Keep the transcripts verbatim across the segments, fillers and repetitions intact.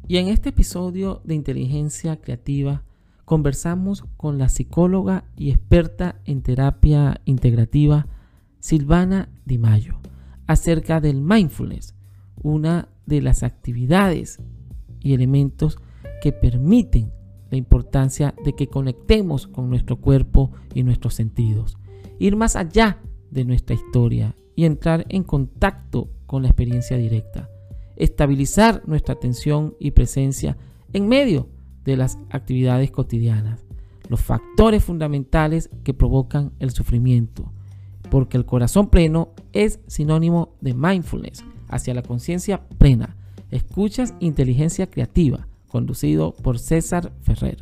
Y en este episodio de Inteligencia Creativa conversamos con la psicóloga y experta en terapia integrativa Silvana Di Maio acerca del mindfulness, una de las actividades y elementos que permiten la importancia de que conectemos con nuestro cuerpo y nuestros sentidos, ir más allá de nuestra historia y entrar en contacto con la experiencia directa, estabilizar nuestra atención y presencia en medio de las actividades cotidianas, los factores fundamentales que provocan el sufrimiento, porque el corazón pleno es sinónimo de mindfulness, hacia la conciencia plena. Escuchas Inteligencia Creativa, conducido por César Ferrer.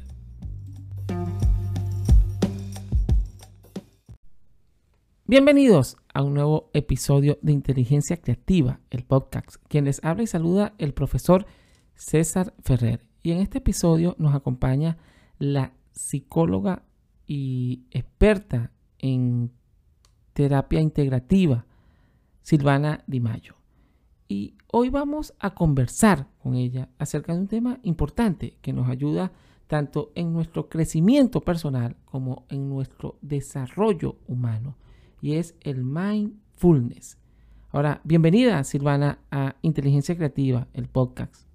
Bienvenidos a un nuevo episodio de Inteligencia Creativa, el podcast. Quien les habla y saluda el profesor César Ferrer. Y en este episodio nos acompaña la psicóloga y experta en terapia integrativa, Silvana Di Maio. Y hoy vamos a conversar con ella acerca de un tema importante que nos ayuda tanto en nuestro crecimiento personal como en nuestro desarrollo humano, y es el mindfulness. Ahora, bienvenida, Silvana, a Inteligencia Creativa, el podcast.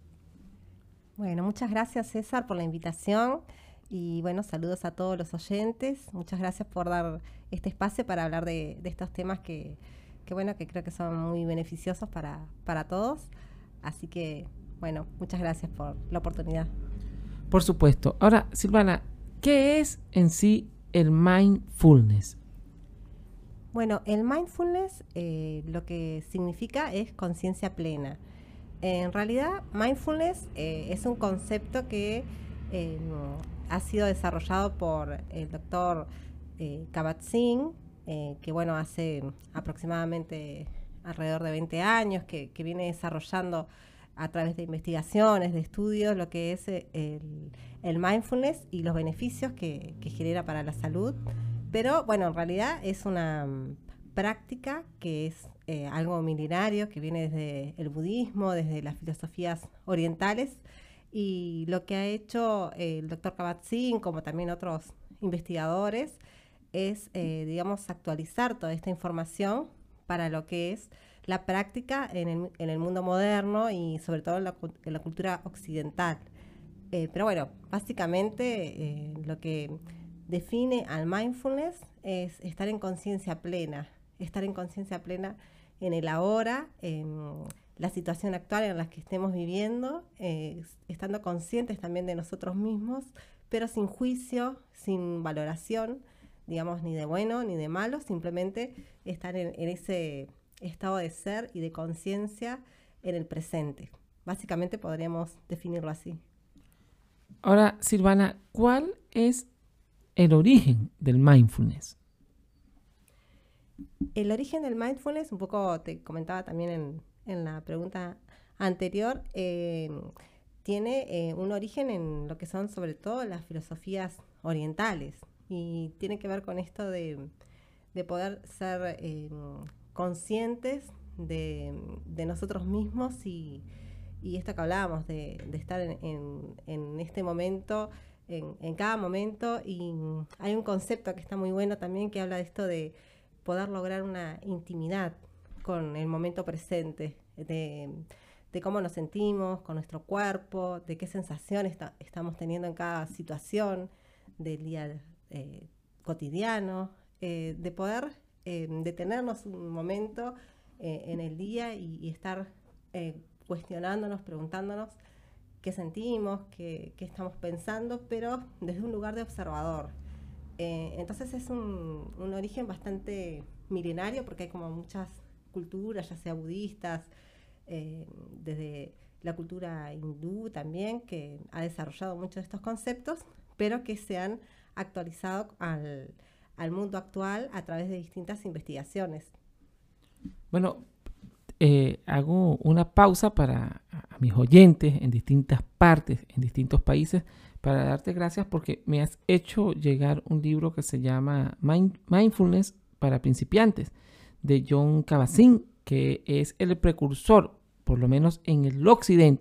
Bueno, muchas gracias, César, por la invitación y bueno, saludos a todos los oyentes. Muchas gracias por dar este espacio para hablar de, de estos temas que que bueno, que creo que son muy beneficiosos para, para todos. Así que, bueno, muchas gracias por la oportunidad. Por supuesto. Ahora, Silvana, ¿qué es en sí el mindfulness? Bueno, el mindfulness eh, lo que significa es conciencia plena. En realidad, mindfulness eh, es un concepto que eh, ha sido desarrollado por el doctor eh, Kabat-Zinn, Eh, que bueno, hace aproximadamente alrededor de veinte años que, que viene desarrollando a través de investigaciones, de estudios, lo que es el, el mindfulness y los beneficios que, que genera para la salud. Pero bueno, en realidad es una um, práctica que es eh, algo milenario, que viene desde el budismo, desde las filosofías orientales, y lo que ha hecho eh, el doctor Kabat-Zinn, como también otros investigadores, es, eh, digamos, actualizar toda esta información para lo que es la práctica en el, en el mundo moderno y sobre todo en la, en la cultura occidental. Eh, pero bueno, básicamente eh, lo que define al mindfulness es estar en conciencia plena, estar en conciencia plena en el ahora, en la situación actual en la que estemos viviendo, eh, estando conscientes también de nosotros mismos, pero sin juicio, sin valoración, digamos, ni de bueno ni de malo, simplemente estar en, en ese estado de ser y de conciencia en el presente. Básicamente podríamos definirlo así. Ahora, Silvana, ¿cuál es el origen del mindfulness? El origen del mindfulness, un poco te comentaba también en, en la pregunta anterior, eh, tiene eh, un origen en lo que son sobre todo las filosofías orientales. Y tiene que ver con esto de, de poder ser eh, conscientes de, de nosotros mismos y, y esto que hablábamos, de, de estar en, en, en este momento, en, en cada momento. Y hay un concepto que está muy bueno también que habla de esto de poder lograr una intimidad con el momento presente, de, de cómo nos sentimos con nuestro cuerpo, de qué sensaciones está, estamos teniendo en cada situación del día de Eh, cotidiano, eh, de poder eh, detenernos un momento eh, en el día y, y estar eh, cuestionándonos, preguntándonos qué sentimos, qué, qué estamos pensando, pero desde un lugar de observador. Eh, entonces es un, un origen bastante milenario porque hay como muchas culturas, ya sea budistas, eh, desde la cultura hindú también, que ha desarrollado muchos de estos conceptos, pero que se han actualizado al, al mundo actual a través de distintas investigaciones. Bueno, eh, hago una pausa para a mis oyentes en distintas partes, en distintos países, para darte gracias porque me has hecho llegar un libro que se llama Mind, Mindfulness para principiantes, de Jon Kabat-Zinn, que es el precursor, por lo menos en el occidente,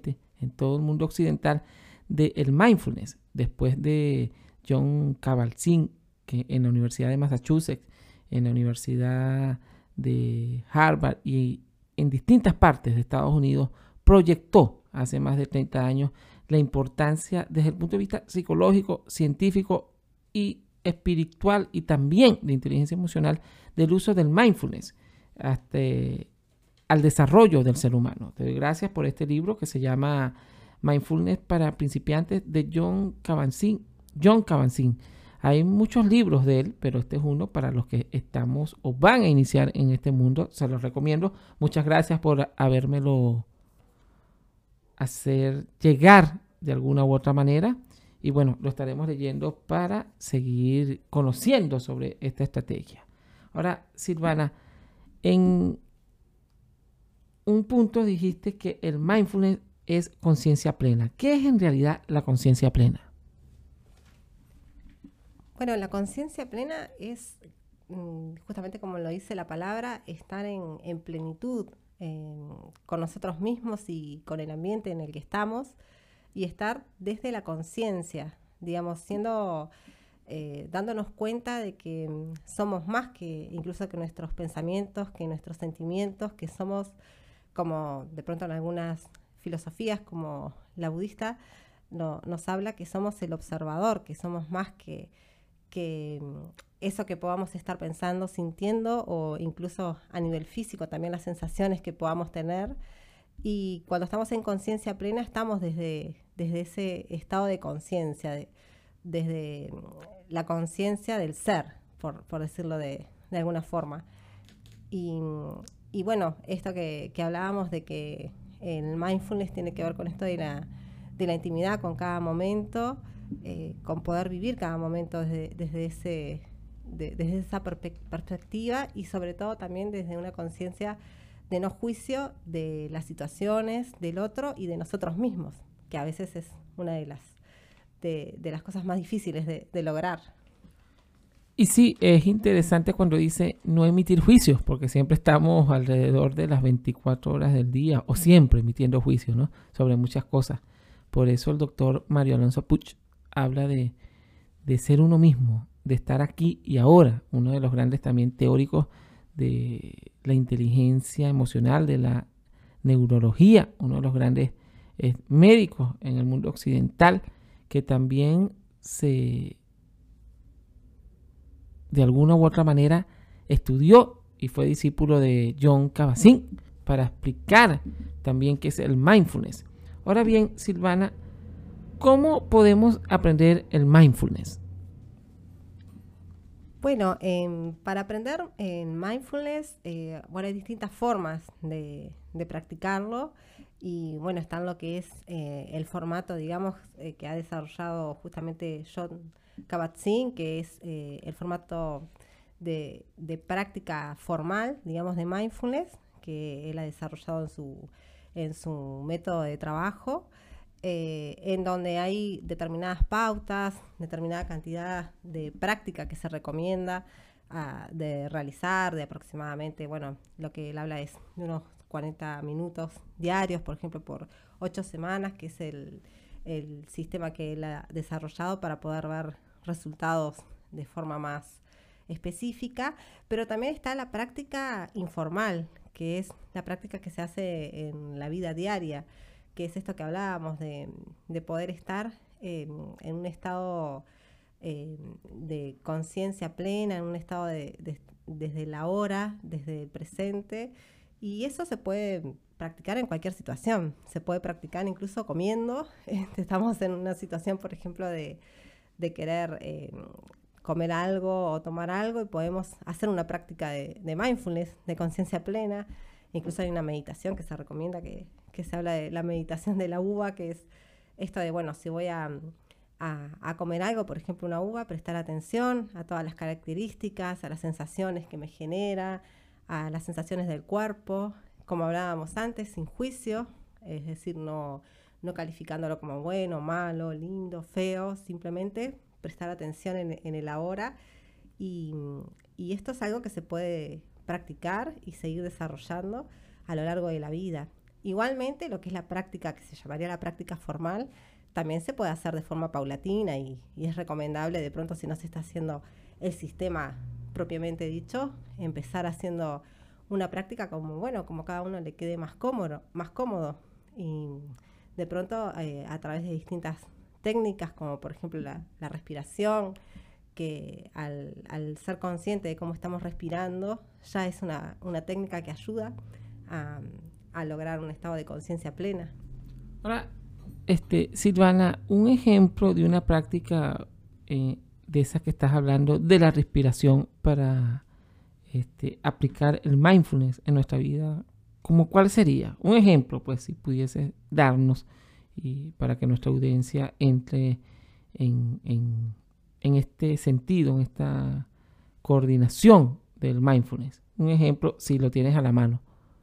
en todo el mundo occidental del mindfulness, después de John Kabat-Zinn, que en la Universidad de Massachusetts, en la Universidad de Harvard y en distintas partes de Estados Unidos, proyectó hace más de treinta años la importancia desde el punto de vista psicológico, científico y espiritual y también de inteligencia emocional del uso del mindfulness hasta al desarrollo del ser humano. Te doy gracias por este libro que se llama Mindfulness para principiantes de John Kabat-Zinn. John Kabat-Zinn. Hay muchos libros de él, pero este es uno para los que estamos o van a iniciar en este mundo. Se los recomiendo. Muchas gracias por habérmelo hacer llegar de alguna u otra manera. Y bueno, lo estaremos leyendo para seguir conociendo sobre esta estrategia. Ahora, Silvana, en un punto dijiste que el mindfulness es conciencia plena. ¿Qué es en realidad la conciencia plena? Bueno, la conciencia plena es, justamente como lo dice la palabra, estar en, en plenitud en, con nosotros mismos y con el ambiente en el que estamos, y estar desde la conciencia, digamos, siendo, eh, dándonos cuenta de que somos más que incluso que nuestros pensamientos, que nuestros sentimientos, que somos, como de pronto en algunas filosofías como la budista no, nos habla que somos el observador, que somos más que, que eso que podamos estar pensando, sintiendo, o incluso a nivel físico también las sensaciones que podamos tener. Y cuando estamos en conciencia plena estamos desde, desde ese estado de conciencia, de, desde la conciencia del ser, por, por decirlo de, de alguna forma. Y, y bueno, esto que, que hablábamos de que el mindfulness tiene que ver con esto de la, de la intimidad con cada momento, eh, con poder vivir cada momento desde, desde, ese, de, desde esa perpe- perspectiva y sobre todo también desde una conciencia de no juicio de las situaciones, del otro y de nosotros mismos, que a veces es una de las, de, de las cosas más difíciles de, de lograr. Y sí, es interesante cuando dice no emitir juicios, porque siempre estamos alrededor de las veinticuatro horas del día, o siempre emitiendo juicios, ¿no?, sobre muchas cosas. Por eso el doctor Mario Alonso Puig habla de, de ser uno mismo, de estar aquí y ahora, uno de los grandes también teóricos de la inteligencia emocional, de la neurología, uno de los grandes eh, médicos en el mundo occidental, que también se, de alguna u otra manera, estudió y fue discípulo de John Kabat-Zinn para explicar también qué es el mindfulness. Ahora bien, Silvana, ¿cómo podemos aprender el mindfulness? Bueno, eh, para aprender en mindfulness, eh, bueno, hay distintas formas de, de practicarlo y bueno, está en lo que es eh, el formato, digamos, eh, que ha desarrollado justamente John Kabat-Zinn, que es eh, el formato de, de práctica formal, digamos, de mindfulness, que él ha desarrollado en su, en su método de trabajo. Eh, en donde hay determinadas pautas, determinada cantidad de práctica que se recomienda uh, de realizar, de aproximadamente, bueno, lo que él habla es de unos cuarenta minutos diarios, por ejemplo, por ocho semanas, que es el, el sistema que él ha desarrollado para poder ver resultados de forma más específica. Pero también está la práctica informal, que es la práctica que se hace en la vida diaria, que es esto que hablábamos de, de poder estar eh, en un estado eh, de conciencia plena, en un estado de, de, desde la hora, desde el presente, y eso se puede practicar en cualquier situación, se puede practicar incluso comiendo. Estamos en una situación, por ejemplo, de, de querer eh, comer algo o tomar algo y podemos hacer una práctica de, de mindfulness, de conciencia plena. Incluso hay una meditación que se recomienda, que, que se habla de la meditación de la uva, que es esto de, bueno, si voy a, a, a comer algo, por ejemplo una uva, prestar atención a todas las características, a las sensaciones que me genera, a las sensaciones del cuerpo, como hablábamos antes, sin juicio, es decir, no, no calificándolo como bueno, malo, lindo, feo, simplemente prestar atención en, en el ahora. Y, y esto es algo que se puede practicar y seguir desarrollando a lo largo de la vida. Igualmente, lo que es la práctica, que se llamaría la práctica formal, también se puede hacer de forma paulatina y, y es recomendable de pronto, si no se está haciendo el sistema propiamente dicho, empezar haciendo una práctica como, bueno, como cada uno le quede más cómodo, más cómodo y de pronto eh, a través de distintas técnicas, como por ejemplo la, la respiración, que al, al ser consciente de cómo estamos respirando, ya es una, una técnica que ayuda a, a lograr un estado de conciencia plena. Ahora, este, Silvana, un ejemplo de una práctica eh, de esas que estás hablando, de la respiración para este, aplicar el mindfulness en nuestra vida, ¿cómo cuál sería? Un ejemplo, pues, si pudiese darnos y para que nuestra audiencia entre en, en, en este sentido, en esta coordinación del mindfulness. Un ejemplo, si lo tienes a la mano.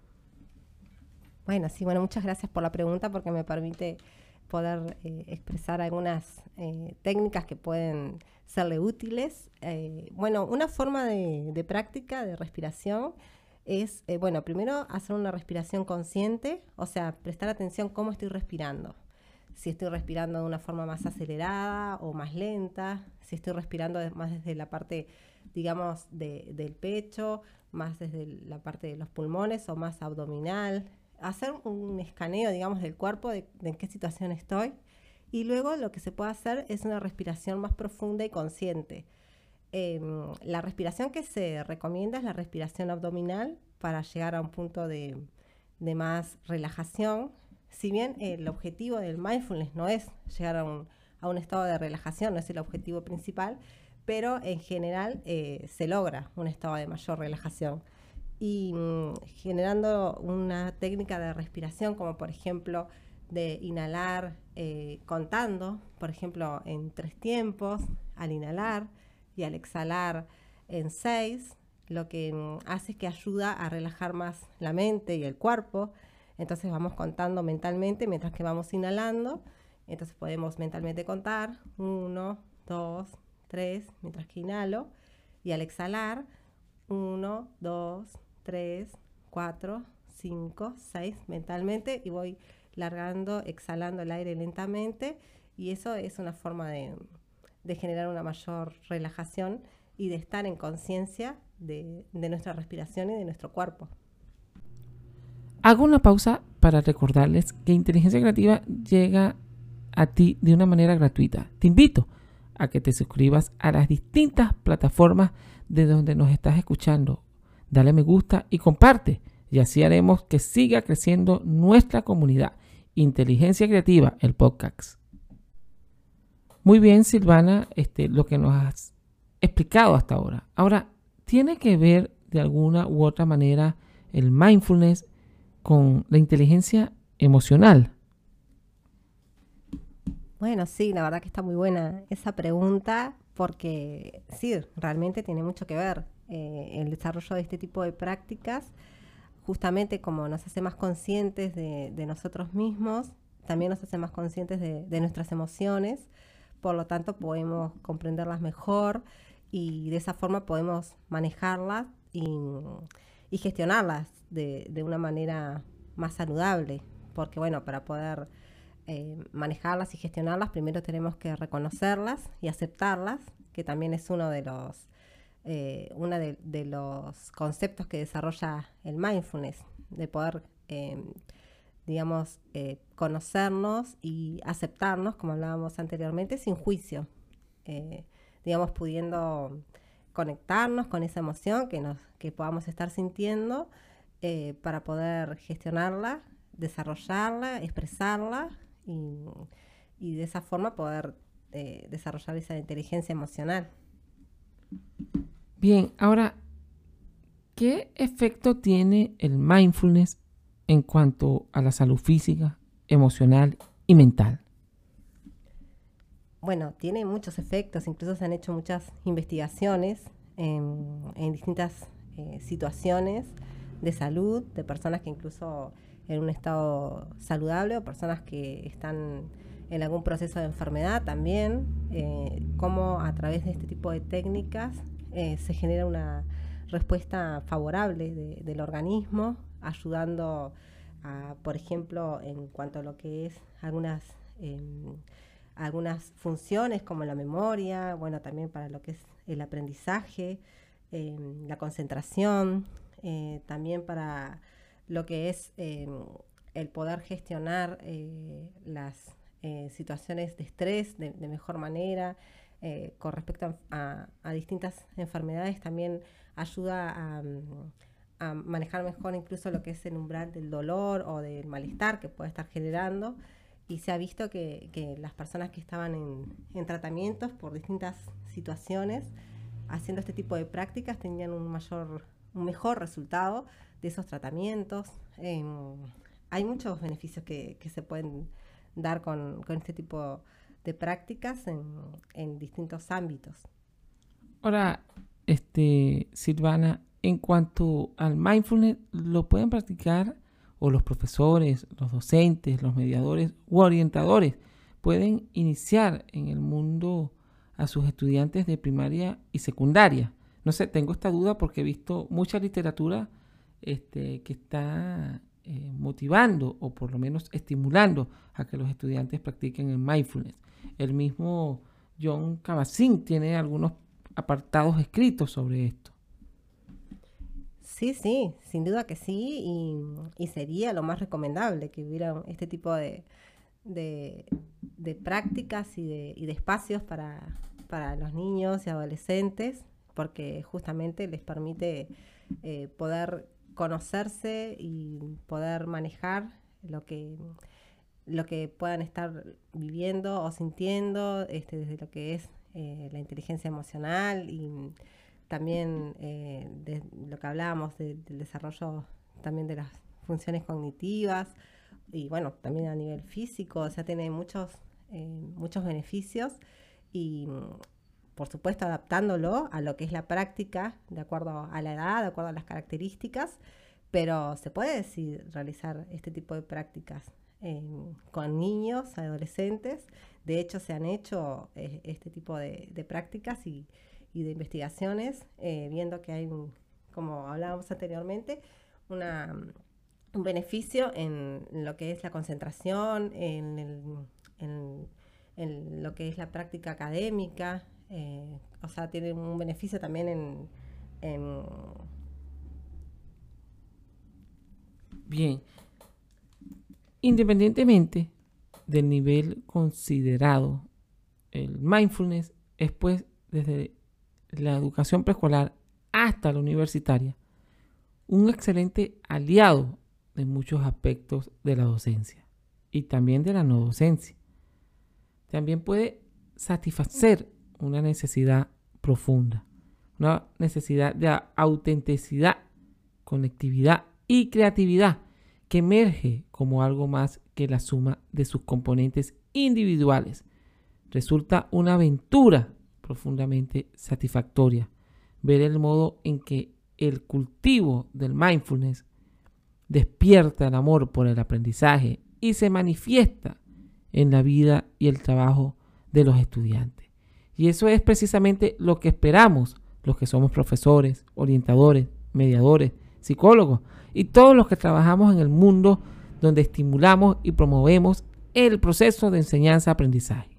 Bueno, sí, bueno, muchas gracias por la pregunta porque me permite poder eh, expresar algunas eh, técnicas que pueden serle útiles. Eh, bueno, una forma de, de práctica de respiración es, eh, bueno, primero hacer una respiración consciente, o sea, prestar atención cómo estoy respirando. Si estoy respirando de una forma más acelerada o más lenta, si estoy respirando de, más desde la parte, digamos, de, del pecho, más desde la parte de los pulmones o más abdominal. Hacer un escaneo, digamos, del cuerpo, de, de en qué situación estoy. Y luego lo que se puede hacer es una respiración más profunda y consciente. Eh, la respiración que se recomienda es la respiración abdominal para llegar a un punto de, de más relajación. Si bien eh, el objetivo del mindfulness no es llegar a un, a un estado de relajación, no es el objetivo principal, pero en general eh, se logra un estado de mayor relajación. Y mmm, generando una técnica de respiración, como por ejemplo de inhalar eh, contando, por ejemplo en tres tiempos, al inhalar y al exhalar en seis, lo que mmm, hace es que ayuda a relajar más la mente y el cuerpo. Entonces vamos contando mentalmente mientras que vamos inhalando, entonces podemos mentalmente contar uno, dos, tres, mientras que inhalo, y al exhalar uno, dos, tres, cuatro, cinco, seis mentalmente, y voy largando, exhalando el aire lentamente, y eso es una forma de, de generar una mayor relajación y de estar en conciencia de, de nuestra respiración y de nuestro cuerpo. Hago una pausa para recordarles que Inteligencia Creativa llega a ti de una manera gratuita. Te invito a que te suscribas a las distintas plataformas de donde nos estás escuchando. Dale me gusta y comparte, y así haremos que siga creciendo nuestra comunidad. Inteligencia Creativa, el podcast. Muy bien, Silvana, este, lo que nos has explicado hasta ahora. Ahora, ¿tiene que ver de alguna u otra manera el mindfulness con la inteligencia emocional? Bueno, sí, la verdad que está muy buena esa pregunta porque sí, realmente tiene mucho que ver eh, el desarrollo de este tipo de prácticas, justamente como nos hace más conscientes de, de nosotros mismos, también nos hace más conscientes de, de nuestras emociones, por lo tanto podemos comprenderlas mejor y de esa forma podemos manejarlas y, y gestionarlas de, de una manera más saludable, porque bueno, para poder eh, manejarlas y gestionarlas, primero tenemos que reconocerlas y aceptarlas, que también es uno de los eh, uno de, de los conceptos que desarrolla el mindfulness, de poder eh, digamos eh, conocernos y aceptarnos, como hablábamos anteriormente, sin juicio, eh, digamos pudiendo conectarnos con esa emoción que nos que podamos estar sintiendo eh, para poder gestionarla, desarrollarla, expresarla y, y de esa forma poder eh, desarrollar esa inteligencia emocional. Bien, ahora, ¿qué efecto tiene el mindfulness en cuanto a la salud física, emocional y mental? Bueno, tiene muchos efectos, incluso se han hecho muchas investigaciones en, en distintas eh, situaciones de salud, de personas que incluso en un estado saludable o personas que están en algún proceso de enfermedad también, eh, cómo a través de este tipo de técnicas eh, se genera una respuesta favorable de, del organismo, ayudando a, por ejemplo, en cuanto a lo que es algunas, eh, algunas funciones como la memoria, bueno, también para lo que es el aprendizaje, eh, la concentración, eh, también para lo que es eh, el poder gestionar eh, las eh, situaciones de estrés de, de mejor manera. Eh, con respecto a, a, a distintas enfermedades, también ayuda a, a manejar mejor incluso lo que es el umbral del dolor o del malestar que puede estar generando. Y se ha visto que, que las personas que estaban en, en tratamientos por distintas situaciones, haciendo este tipo de prácticas, tenían un mayor, un mejor resultado de esos tratamientos. Eh, hay muchos beneficios que, que se pueden dar con, con este tipo de prácticas en, en distintos ámbitos. Ahora, este, Silvana, en cuanto al mindfulness, ¿lo pueden practicar o los profesores, los docentes, los mediadores u orientadores pueden iniciar en el mundo a sus estudiantes de primaria y secundaria? No sé, tengo esta duda porque he visto mucha literatura este, que está eh, motivando o por lo menos estimulando a que los estudiantes practiquen el mindfulness. El mismo Jon Kabat-Zinn tiene algunos apartados escritos sobre esto. Sí, sí, sin duda que sí, y, y sería lo más recomendable que hubiera este tipo de, de, de prácticas y de, y de espacios para, para los niños y adolescentes, porque justamente les permite eh, poder conocerse y poder manejar lo que, lo que puedan estar viviendo o sintiendo, este, desde lo que es eh, la inteligencia emocional y también eh, de lo que hablábamos de, del desarrollo también de las funciones cognitivas y bueno, también a nivel físico, o sea, tiene muchos, eh, muchos beneficios y por supuesto adaptándolo a lo que es la práctica de acuerdo a la edad, de acuerdo a las características, pero se puede decir, realizar este tipo de prácticas eh, con niños, adolescentes. De hecho, se han hecho eh, este tipo de, de prácticas y y de investigaciones, eh, viendo que hay, un, como hablábamos anteriormente, una, un beneficio en lo que es la concentración, en, el, en, en lo que es la práctica académica, eh, o sea, tiene un beneficio también en, en... Bien, independientemente del nivel considerado, el mindfulness es pues desde la educación preescolar hasta la universitaria, un excelente aliado en muchos aspectos de la docencia y también de la no docencia. También puede satisfacer una necesidad profunda, una necesidad de autenticidad, conectividad y creatividad que emerge como algo más que la suma de sus componentes individuales. Resulta una aventura profundamente satisfactoria ver el modo en que el cultivo del mindfulness despierta el amor por el aprendizaje y se manifiesta en la vida y el trabajo de los estudiantes. Y eso es precisamente lo que esperamos los que somos profesores, orientadores, mediadores, psicólogos y todos los que trabajamos en el mundo donde estimulamos y promovemos el proceso de enseñanza-aprendizaje.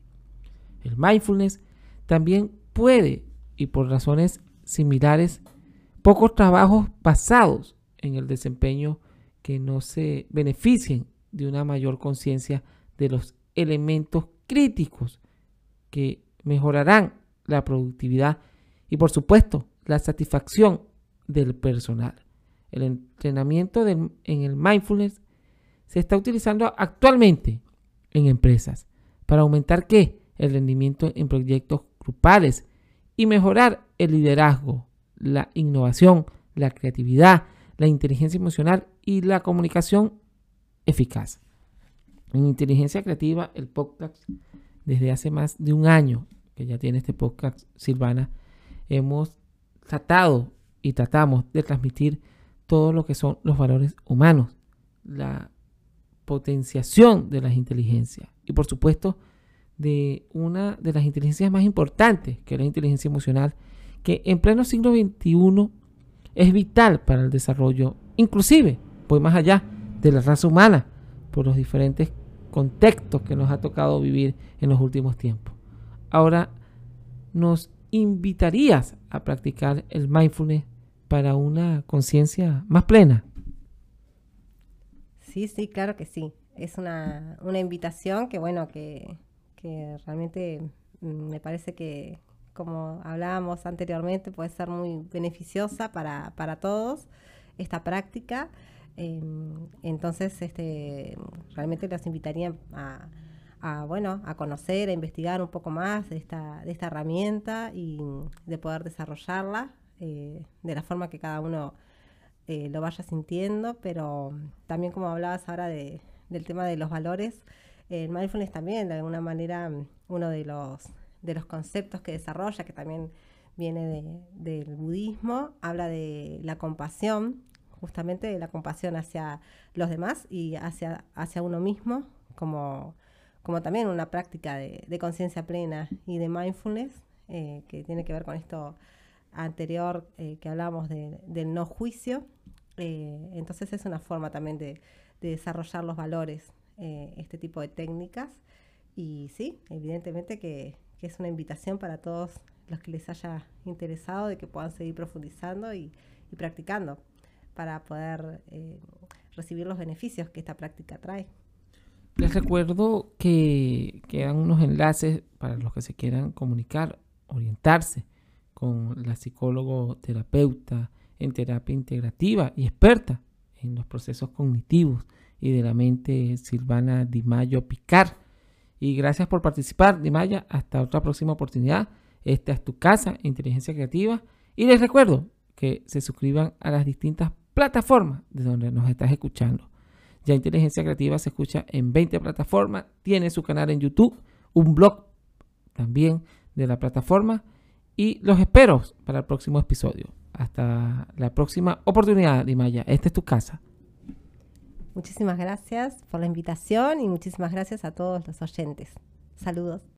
El mindfulness también puede, y por razones similares, pocos trabajos basados en el desempeño que no se beneficien de una mayor conciencia de los elementos críticos que mejorarán la productividad y, por supuesto, la satisfacción del personal. El entrenamiento del, en el mindfulness se está utilizando actualmente en empresas para aumentar ¿qué? el rendimiento en proyectos grupales y mejorar el liderazgo, la innovación, la creatividad, la inteligencia emocional y la comunicación eficaz. En Inteligencia Creativa, el podcast, desde hace más de un año que ya tiene este podcast, Silvana, hemos tratado y tratamos de transmitir todo lo que son los valores humanos, la potenciación de las inteligencias y, por supuesto, de una de las inteligencias más importantes, que es la inteligencia emocional, que en pleno siglo veintiuno es vital para el desarrollo, inclusive, voy más allá, de la raza humana por los diferentes contextos que nos ha tocado vivir en los últimos tiempos. Ahora, ¿nos invitarías a practicar el mindfulness para una conciencia más plena? Sí, sí, claro que sí. Es una, una invitación que, bueno, que, que realmente me parece que, como hablábamos anteriormente, puede ser muy beneficiosa para, para todos esta práctica. Eh, entonces, este, realmente los invitaría a, a, bueno, a conocer, a investigar un poco más de esta, de esta herramienta y de poder desarrollarla eh, de la forma que cada uno eh, lo vaya sintiendo, pero también, como hablabas ahora de, del tema de los valores, el mindfulness también, de alguna manera, uno de los, de los conceptos que desarrolla, que también viene de, del budismo, habla de la compasión, justamente de la compasión hacia los demás y hacia, hacia uno mismo, como, como también una práctica de, de conciencia plena y de mindfulness, eh, que tiene que ver con esto anterior eh, que hablábamos de, del no juicio. Eh, entonces es una forma también de, de desarrollar los valores, eh, este tipo de técnicas. Y sí, evidentemente que, que es una invitación para todos los que les haya interesado de que puedan seguir profundizando y, y practicando para poder eh, recibir los beneficios que esta práctica trae. Les recuerdo que quedan unos enlaces para los que se quieran comunicar, orientarse con la psicólogo terapeuta en terapia integrativa y experta en los procesos cognitivos y de la mente, Silvana Di Maggio Picard. Y gracias por participar, Di Maggio. Hasta otra próxima oportunidad. Esta es tu casa, Inteligencia Creativa. Y les recuerdo que se suscriban a las distintas plataformas de donde nos estás escuchando. Ya Inteligencia Creativa se escucha en veinte plataformas. Tiene su canal en YouTube, un blog también de la plataforma. Y los espero para el próximo episodio. Hasta la próxima oportunidad, Di Maggio. Esta es tu casa. Muchísimas gracias por la invitación y muchísimas gracias a todos los oyentes. Saludos.